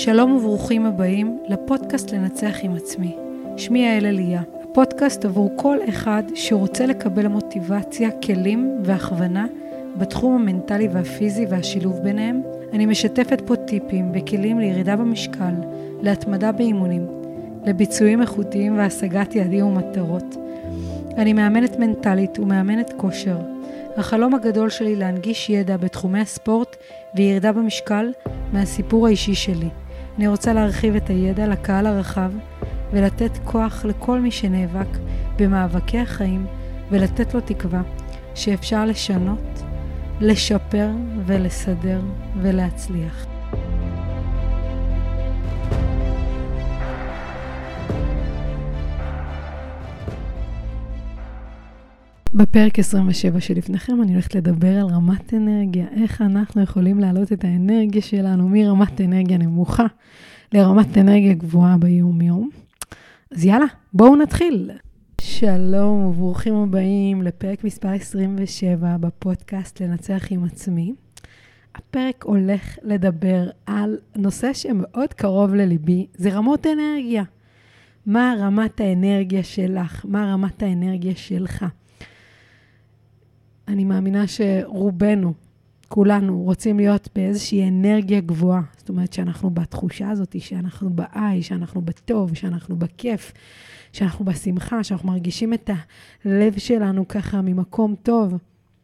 שלום וברוכים הבאים לפודקאסט לנצח עם עצמי. שמי יעל אליה, הפודקאסט עבור כל אחד שרוצה לקבל מוטיבציה, כלים והכוונה בתחום המנטלי והפיזי והשילוב ביניהם. אני משתפת פה טיפים וכלים לירידה במשקל, להתמדה באימונים, לביצועים איכותיים והשגת יעדים ומטרות. אני מאמנת מנטלית ומאמנת כושר. החלום הגדול שלי להנגיש ידע בתחומי הספורט וירידה במשקל מהסיפור האישי שלי. אני רוצה להרחיב את הידע לקהל הרחב ולתת כוח לכל מי שנאבק במאבקי החיים ולתת לו תקווה שאפשר לשנות, לשפר ולסדר ולהצליח. בפרק 27 שלפניכם אני הולכת לדבר על רמת אנרגיה, איך אנחנו יכולים להעלות את האנרגיה שלנו מרמת אנרגיה נמוכה לרמת אנרגיה גבוהה ביום יום. אז יאללה, בואו נתחיל. שלום וברוכים הבאים לפרק מספר 27 בפודקאסט לנצח עם עצמי. הפרק הולך לדבר על נושא שמאוד קרוב לליבי, זה רמות אנרגיה. מה רמת האנרגיה שלך? מה רמת האנרגיה שלך? אני מאמינה שרובנו, כולנו, רוצים להיות באיזושהי אנרגיה גבוהה. זאת אומרת שאנחנו בתחושה הזאת, שאנחנו בעי, שאנחנו בטוב, שאנחנו בכיף, שאנחנו בשמחה, שאנחנו מרגישים את הלב שלנו ככה ממקום טוב.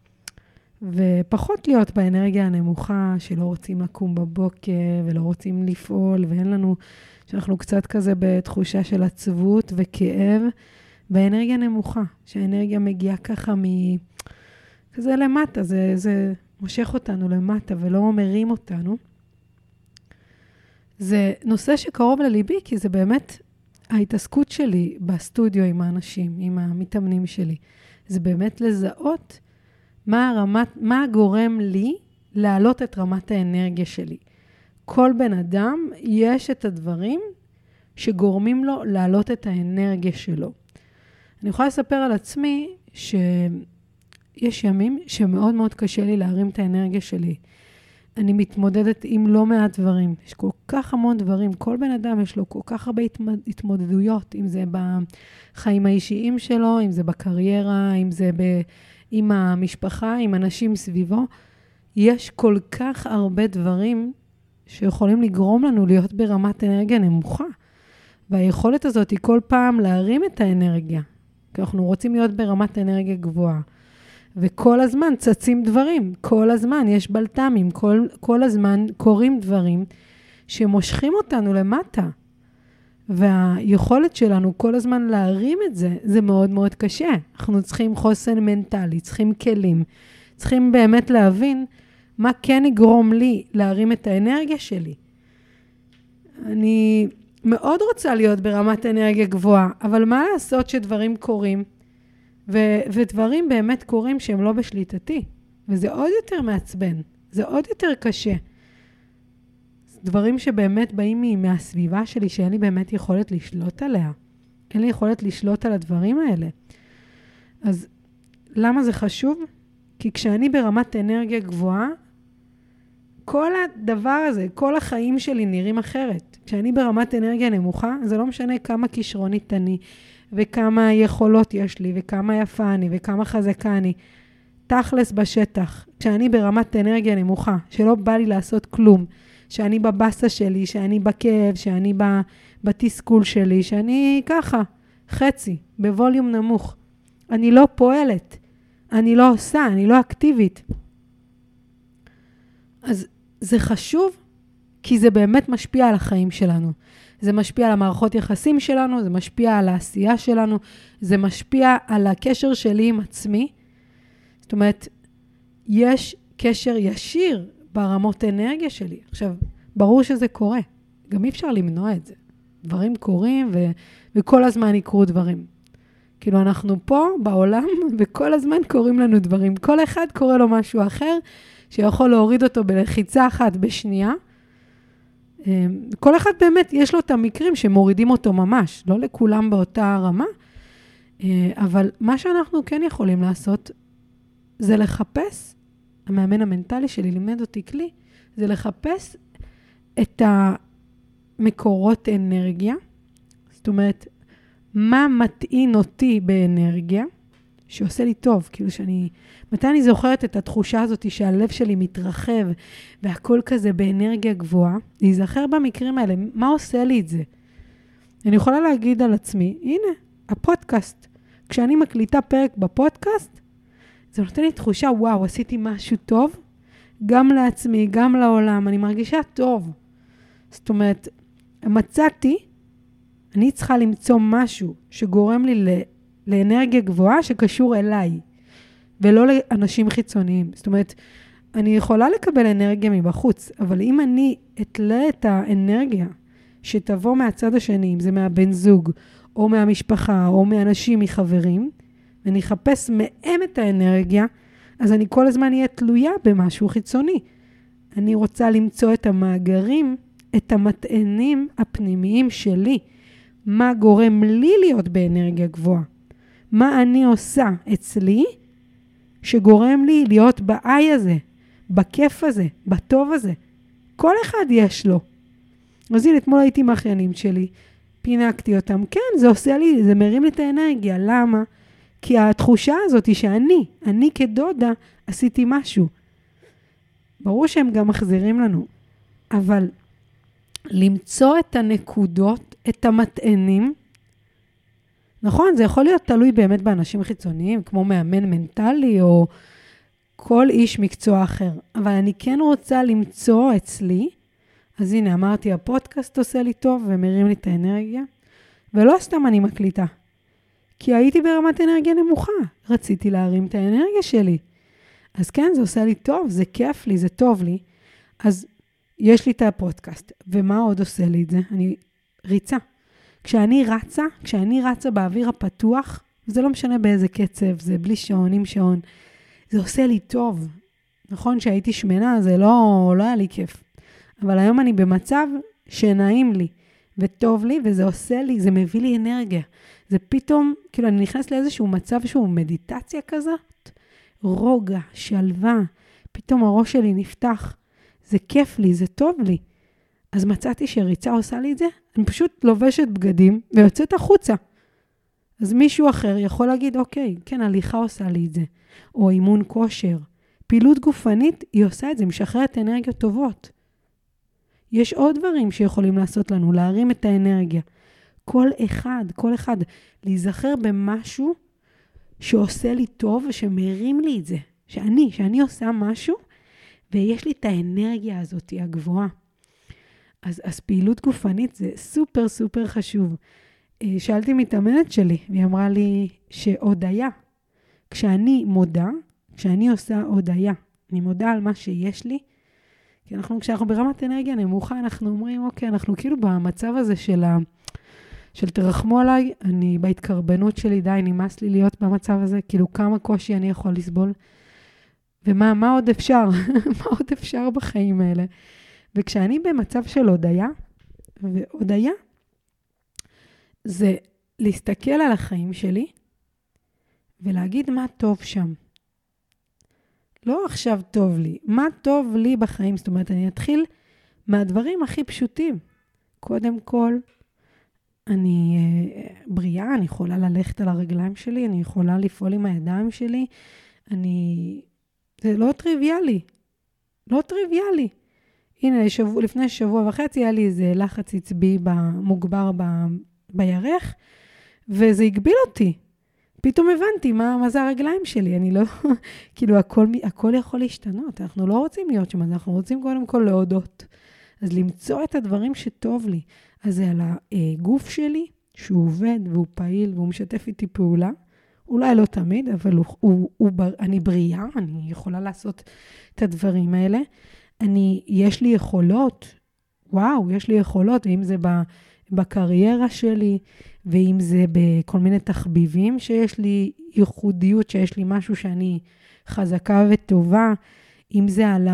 ופחות להיות באנרגיה הנמוכה, שלא רוצים לקום בבוקר ולא רוצים לפעול, ואין לנו, שאנחנו קצת כזה בתחושה של עצבות וכאב, באנרגיה נמוכה, שהאנרגיה מגיעה ככה כזה למטה, זה מושך אותנו למטה ולא מרים אותנו. זה נושא שקרוב לליבי, כי זה באמת ההתעסקות שלי בסטודיו עם האנשים, עם המתאמנים שלי. זה באמת לזהות מה גורם לי להעלות את רמת האנרגיה שלי. כל בן אדם יש את הדברים שגורמים לו להעלות את האנרגיה שלו. אני יכולה לספר על עצמי יש ימים שמאוד מאוד קשה לי להרים את האנרגיה שלי. אני מתמודדת עם לא מעט דברים. יש כל כך המון דברים. כל בן אדם יש לו כל כך הרבה התמודדויות, אם זה בחיים האישיים שלו, אם זה בקריירה, אם זה עם המשפחה, עם אנשים סביבו. יש כל כך הרבה דברים שיכולים לגרום לנו להיות ברמת אנרגיה נמוכה. והיכולת הזאת היא כל פעם להרים את האנרגיה. כי אנחנו רוצים להיות ברמת אנרגיה גבוהה. וכל הזמן צצים דברים, כל הזמן יש בלטמים, כל הזמן קורים דברים שמושכים אותנו למטה. והיכולת שלנו כל הזמן להרים את זה, זה מאוד מאוד קשה. אנחנו צריכים חוסן מנטלי, צריכים כלים, צריכים באמת להבין מה כן יגרום לי להרים את האנרגיה שלי. אני מאוד רוצה להיות ברמת אנרגיה גבוהה, אבל מה לעשות שדברים קורים? ודברים באמת קורים שהם לא בשליטתי, וזה עוד יותר מעצבן, זה עוד יותר קשה. דברים שבאמת באים מהסביבה שלי, שאין לי באמת יכולת לשלוט עליה. אין לי יכולת לשלוט על הדברים האלה. אז למה זה חשוב? כי כשאני ברמת אנרגיה גבוהה, כל הדבר הזה, כל החיים שלי נראים אחרת. כשאני ברמת אנרגיה נמוכה, זה לא משנה כמה כישרונית אני, וכמה יכולות יש לי, וכמה יפה אני, וכמה חזקה אני. תכלס בשטח, כשאני ברמת אנרגיה נמוכה, שלא בא לי לעשות כלום, שאני בבסה שלי, שאני בכאב, שאני בתסכול שלי, שאני ככה, חצי, בווליום נמוך. אני לא פועלת, אני לא עושה, אני לא אקטיבית. אז זה חשוב, כי זה באמת משפיע על החיים שלנו. זה משפיע על המערכות יחסים שלנו, זה משפיע על העשייה שלנו, זה משפיע על הקשר שלי עם עצמי. זאת אומרת, יש קשר ישיר ברמות אנרגיה שלי. עכשיו, ברור שזה קורה. גם אי אפשר למנוע את זה. דברים קורים וכל הזמן יקרו דברים. כאילו אנחנו פה בעולם וכל הזמן קורים לנו דברים. כל אחד קורה לו משהו אחר שיכול להוריד אותו בלחיצה אחת בשנייה. כל אחד באמת יש לו את המקרים שמורידים אותו ממש, לא לכולם באותה רמה, אבל מה שאנחנו כן יכולים לעשות זה לחפש, המאמן המנטלי שלי לימד אותי כלי, זה לחפש מקורות אנרגיה, זאת אומרת, מה מטעין אותי באנרגיה, שעושה לי טוב, כאילו מתי אני זוכרת את התחושה הזאת שהלב שלי מתרחב, והכל כזה באנרגיה גבוהה, להיזכר במקרים האלה, מה עושה לי את זה? אני יכולה להגיד על עצמי, הנה, הפודקאסט. כשאני מקליטה פרק בפודקאסט, זה נותן לי תחושה, וואו, עשיתי משהו טוב, גם לעצמי, גם לעולם, אני מרגישה טוב. זאת אומרת, מצאתי, אני צריכה למצוא משהו שגורם לי לאנרגיה גבוהה שקשור אליי, ולא לאנשים חיצוניים. זאת אומרת, אני יכולה לקבל אנרגיה מבחוץ, אבל אם אני אתלה את האנרגיה שתבוא מהצד השני, אם זה מהבן זוג, או מהמשפחה, או מאנשים, מחברים, ואני אחפש מהם את האנרגיה, אז אני כל הזמן אהיה תלויה במשהו חיצוני. אני רוצה למצוא את המאגרים, את המטענים הפנימיים שלי. מה גורם לי להיות באנרגיה גבוהה? מה אני עושה אצלי שגורם לי להיות באי הזה, בכיף הזה, בטוב הזה? כל אחד יש לו. אז הנה, אתמול הייתי עם האחיינים שלי, פינקתי אותם. כן, זה עושה לי, זה מרים לי את האנרגיה. למה? כי התחושה הזאת היא שאני כדודה עשיתי משהו. ברור שהם גם מחזירים לנו, אבל למצוא את הנקודות, את המטענים, נכון, זה יכול להיות תלוי באמת באנשים חיצוניים, כמו מאמן מנטלי או כל איש מקצוע אחר. אבל אני כן רוצה למצוא אצלי, אז הנה אמרתי, הפודקאסט עושה לי טוב ומרים לי את האנרגיה, ולא סתם אני מקליטה, כי הייתי ברמת אנרגיה נמוכה, רציתי להרים את האנרגיה שלי. אז כן, זה עושה לי טוב, זה כיף לי, זה טוב לי. אז יש לי את הפודקאסט, ומה עוד עושה לי את זה? אני ריצה. כשאני רצה באוויר הפתוח, זה לא משנה באיזה קצב, זה בלי שעון, עם שעון, זה עושה לי טוב. נכון שהייתי שמנה, זה לא היה לי כיף. אבל היום אני במצב שנעים לי, וטוב לי, וזה עושה לי, זה מביא לי אנרגיה. זה פתאום, כאילו אני נכנס לאיזשהו מצב שהוא מדיטציה כזאת, רוגע, שלווה, פתאום הראש שלי נפתח, זה כיף לי, זה טוב לי. אז מצאתי שריצה עושה לי את זה, אני פשוט לובשת בגדים ויוצאת החוצה. אז מישהו אחר יכול להגיד, אוקיי, כן, הליכה עושה לי את זה, או אימון כושר. פעילות גופנית, היא עושה את זה, משחררת אנרגיות טובות. יש עוד דברים שיכולים לעשות לנו, להרים את האנרגיה. כל אחד, להיזכר במשהו שעושה לי טוב ושמרים לי את זה. שאני עושה משהו, ויש לי את האנרגיה הזאת, הגבוהה. אז פעילות גופנית זה סופר סופר חשוב. שאלתי מתאמנת שלי, והיא אמרה לי שהודיה, כשאני עושה הודיה, אני מודה על מה שיש לי, כי כשאנחנו ברמת אנרגיה נמוכה, אנחנו אומרים, אוקיי, אנחנו כאילו במצב הזה של תרחמו עליי, אני בהתקרבנות שלי, די, נמאס לי להיות במצב הזה, כאילו כמה קושי אני יכול לסבול, ומה עוד אפשר? מה עוד אפשר בחיים האלה? וכשאני במצב של הודיה, והודיה זה להסתכל על החיים שלי, ולהגיד מה טוב שם. לא עכשיו טוב לי, מה טוב לי בחיים? זאת אומרת, אני אתחיל מהדברים הכי פשוטים. קודם כל, אני בריאה, אני יכולה ללכת על הרגליים שלי, אני יכולה לפעול עם הידיים שלי, זה לא טריוויאלי. לא טריוויאלי. הנה, לפני שבוע וחצי היה לי איזה לחץ עצבי מוגבר בירך, וזה הגביל אותי. פתאום הבנתי מה זה הרגליים שלי. אני לא, כאילו, הכל יכול להשתנות. אנחנו לא רוצים להיות שם, אנחנו רוצים קודם כל להודות. אז למצוא את הדברים שטוב לי. אז זה על הגוף שלי, שהוא עובד והוא פעיל והוא משתף איתי פעולה. אולי לא תמיד, אבל אני בריאה, אני יכולה לעשות את הדברים האלה. יש לי יכולות, וואו, יש לי יכולות, ואם זה בקריירה שלי, ואם זה בכל מיני תחביבים שיש לי ייחודיות, שיש לי משהו שאני חזקה וטובה, אם זה על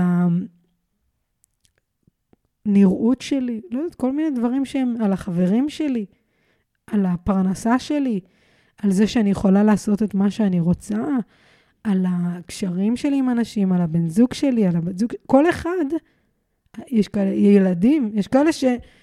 הנראות שלי, לא יודעת, כל מיני דברים שהם על החברים שלי, על הפרנסה שלי, על זה שאני יכולה לעשות את מה שאני רוצה, על הקשרים שלי עם אנשים, על הבן זוג שלי, על הבת זוג, כל אחד, יש כאלה ילדים, יש כאלה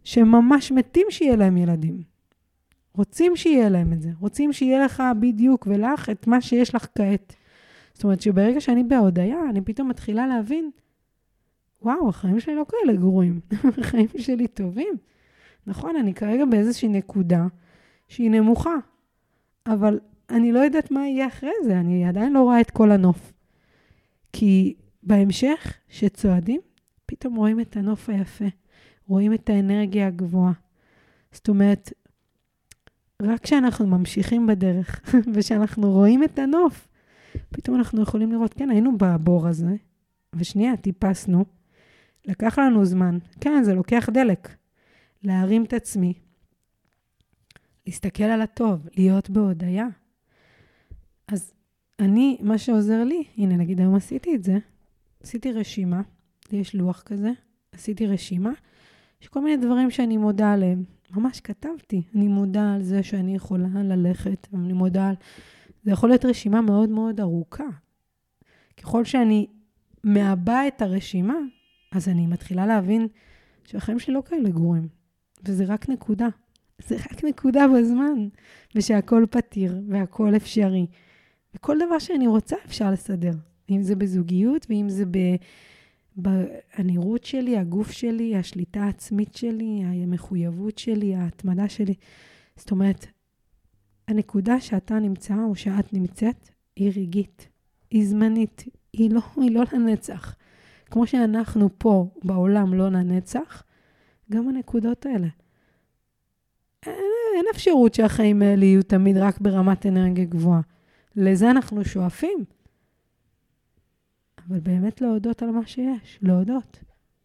שממש מתים שיהיה להם ילדים. רוצים שיהיה להם את זה. רוצים שיהיה לך בדיוק ולך את מה שיש לך כעת. זאת אומרת שברגע שאני בהודעה, אני פתאום מתחילה להבין, וואו, החיים שלי לא כאלה גרועים. החיים שלי טובים. נכון, אני כרגע באיזושהי נקודה שהיא נמוכה. אבל אני לא יודעת מה יהיה אחרי זה. אני עדיין לא רואה את כל הנוף. כי בהמשך שצועדים, פתאום רואים את הנוף היפה. רואים את האנרגיה הגבוהה. זאת אומרת, רק כשאנחנו ממשיכים בדרך, ושאנחנו רואים את הנוף, פתאום אנחנו יכולים לראות, כן, היינו בבור הזה, ושנייה, טיפסנו, לקח לנו זמן, כן, זה לוקח דלק, להרים את עצמי, להסתכל על הטוב, להיות בהודעה. אז אני, מה שעוזר לי, הנה נגיד היום עשיתי את זה, עשיתי רשימה, יש לוח כזה, עשיתי רשימה, יש כל מיני דברים שאני מודה עליהם, ממש כתבתי, אני מודה על זה שאני יכולה ללכת, אני מודה על, זה יכול להיות רשימה מאוד מאוד ארוכה. ככל שאני מאבא את הרשימה, אז אני מתחילה להבין שהחיים שלי לא כאלה גרועים, וזה רק נקודה. זה רק נקודה בזמן, ושהכל פתיר, והכל אפשרי. וכל דבר שאני רוצה אפשר לסדר. אם זה בזוגיות, ואם זה הנראות שלי, הגוף שלי, השליטה העצמית שלי, המחויבות שלי, ההתמדה שלי. זאת אומרת, הנקודה שאתה נמצא או שאת נמצאת, היא רגעית, היא זמנית, היא לא לנצח. כמו שאנחנו פה בעולם לא לנצח, גם הנקודות האלה. אין אפשרות שהחיים האלה יהיו תמיד רק ברמת אנרגיה גבוהה. לזה אנחנו שואפים. אבל באמת להודות על מה שיש, להודות.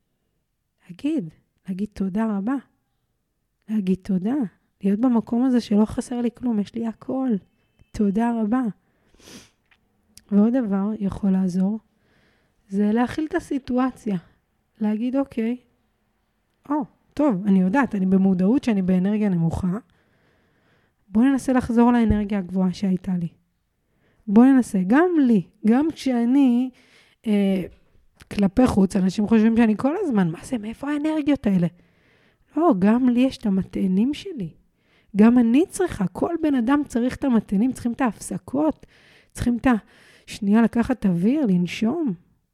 להגיד תודה רבה. להגיד תודה. להיות במקום הזה שלא חסר לי כלום, יש לי הכל. תודה רבה. ועוד דבר יכול לעזור, זה להכיל את הסיטואציה. להגיד אוקיי, טוב, אני יודעת, אני במודעות שאני באנרגיה נמוכה. בוא ננסה לחזור לאנרגיה הגבוהה שהייתה לי. בוא ננסה, גם לי, גם כשאני כלפי חוץ, אנשים חושבים שאני כל הזמן, מה זה, מאיפה האנרגיות האלה? לא, גם לי יש את המטענים שלי. גם אני צריכה, כל בן אדם צריך את המטענים, צריכים את ההפסקות, צריכים את השנייה לקחת אוויר, לנשום.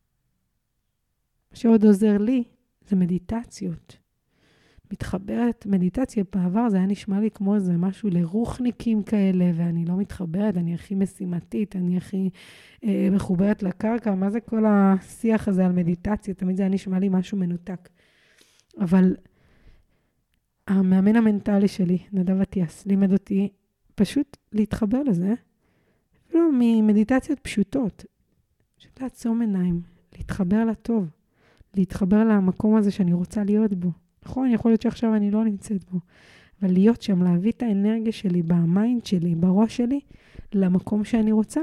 מה שעוד עוזר לי, זה מדיטציות. מתחברת, מדיטציה בעבר, זה היה נשמע לי כמו איזה משהו לרוחניקים כאלה, ואני לא מתחברת, אני הכי משימתית, אני הכי מחוברת לקרקע, מה זה כל השיח הזה על מדיטציה? תמיד זה היה נשמע לי משהו מנותק. אבל המאמן המנטלי שלי, נדב אטיאס, לימד אותי פשוט להתחבר לזה, אפילו ממדיטציות פשוטות, פשוט לעצום עיניים, להתחבר לטוב, להתחבר למקום הזה שאני רוצה להיות בו. נכון, יכול להיות שעכשיו אני לא נמצאת בו, אבל להיות שם, להביא את האנרגיה שלי, במיינד שלי, בראש שלי, למקום שאני רוצה.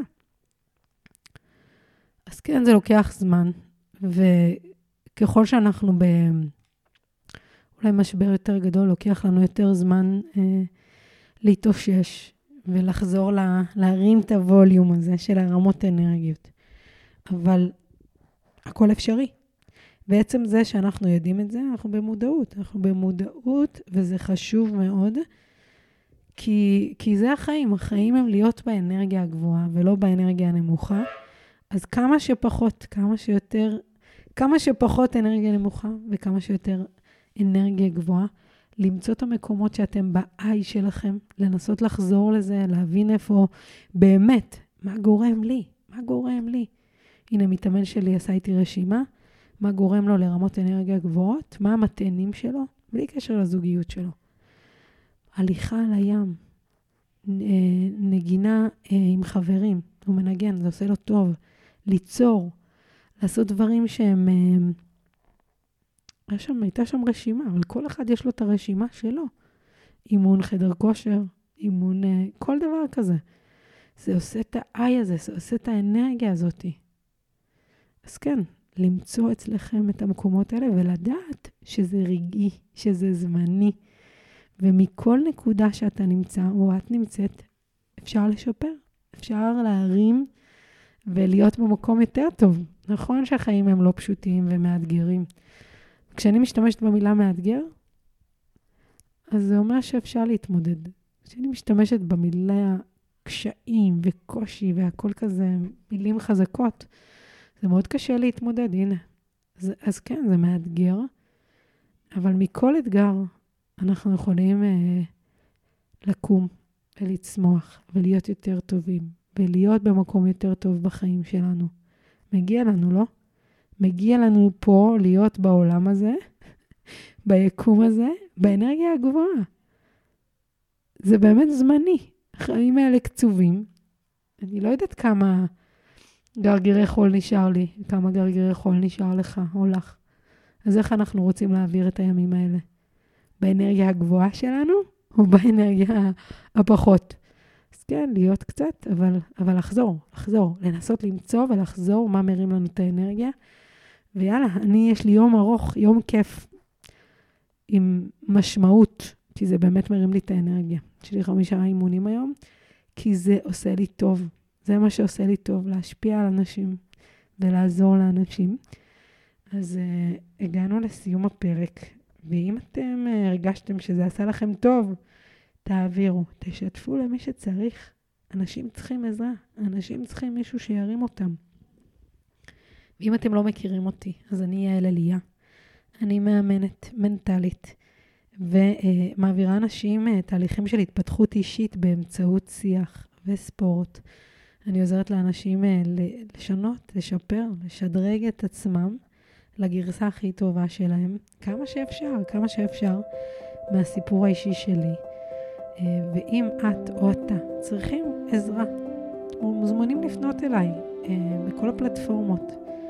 אז כן, זה לוקח זמן, וככל שאנחנו אולי משבר יותר גדול, לוקח לנו יותר זמן להתאושש, ולחזור להרים את הווליום הזה של הרמות אנרגיות. אבל הכל אפשרי. בעצם זה שאנחנו יודעים את זה, אנחנו במודעות. אנחנו במודעות, וזה חשוב מאוד, כי זה החיים. החיים הם להיות באנרגיה הגבוהה, ולא באנרגיה הנמוכה. אז כמה שפחות אנרגיה נמוכה, וכמה שיותר אנרגיה גבוהה, למצוא את המקומות שאתם ב-I שלכם, לנסות לחזור לזה, להבין איפה באמת, מה גורם לי. הנה, מתאמן שלי עשה איתי רשימה, מה גורם לו לרמות אנרגיה גבוהות, מה המטענים שלו, בלי קשר לזוגיות שלו. הליכה על הים, נגינה עם חברים, הוא מנגן, זה עושה לו טוב, ליצור, לעשות דברים שהם, הייתה שם רשימה, אבל כל אחד יש לו את הרשימה שלו. אימון חדר כושר, אימון, כל דבר כזה. זה עושה את ה-I הזה, זה עושה את האנרגיה הזאת. אז כן, למצוא אצלכם את המקומות האלה, ולדעת שזה רגעי, שזה זמני. ומכל נקודה שאתה נמצא, או את נמצאת, אפשר לשפר. אפשר להרים ולהיות במקום יותר טוב. נכון שהחיים הם לא פשוטים ומאתגרים. כשאני משתמשת במילה מאתגר, אז זה אומר שאפשר להתמודד. כשאני משתמשת במילה קשיים וקושי והכל כזה, מילים חזקות, זה מאוד קשה להתמודד, הנה. אז כן, זה מאתגר, אבל מכל אתגר אנחנו יכולים לקום ולצמוח ולהיות יותר טובים, ולהיות במקום יותר טוב בחיים שלנו. מגיע לנו, לא? מגיע לנו פה להיות בעולם הזה, ביקום הזה, באנרגיה הגבוהה. זה באמת זמני. החיים האלה קצובים. אני לא יודעת כמה גרגירי חול נשאר לי, כמה גרגירי חול נשאר לך או לך. אז איך אנחנו רוצים להעביר את הימים האלה? באנרגיה הגבוהה שלנו, או באנרגיה הפחות? אז כן, להיות קצת, אבל לחזור, לנסות למצוא ולחזור מה מרים לנו את האנרגיה. ויאללה, יש לי יום ארוך, יום כיף, עם משמעות, כי זה באמת מרים לי את האנרגיה. יש לי 5 אימונים היום, כי זה עושה לי טוב. זה מה שעושה לי טוב, להשפיע על אנשים ולעזור לאנשים. אז הגענו לסיום הפרק, ואם אתם הרגשתם שזה עשה לכם טוב, תעבירו, תשתפו למי שצריך. אנשים צריכים עזרה, אנשים צריכים מישהו שירים אותם. ואם אתם לא מכירים אותי, אז אני יעל אליה. אני מאמנת מנטלית, ומעבירה אנשים תהליכים של התפתחות אישית באמצעות שיח וספורט. אני עוזרת לאנשים לשנות, לשפר, לשדרג את עצמם לגרסה הכי טובה שלהם, כמה שאפשר מהסיפור האישי שלי. ואם את או אתה צריכים עזרה, מוזמנים לפנות אליי בכל הפלטפורמות,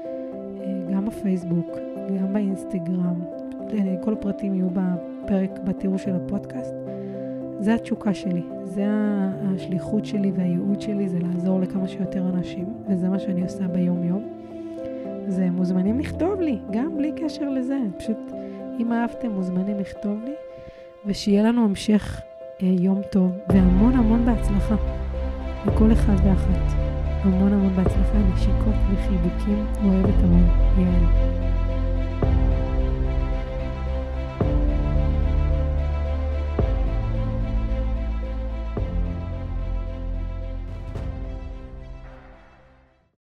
גם בפייסבוק, גם באינסטגרם, כל הפרטים יהיו בפרק בתיאור של הפודקאסט. זה התשוקה שלי, זה השליחות שלי והייעוד שלי, זה לעזור לכמה שיותר אנשים, וזה מה שאני עושה ביום יום. אז מוזמנים לכתוב לי, גם בלי קשר לזה, פשוט אם אהבתם מוזמנים לכתוב לי, ושיהיה לנו המשך יום טוב, והמון המון בהצלחה לכל אחד ואחת. המון המון בהצלחה, נשיקות וחיבוקים, אוהבת המון, יעל.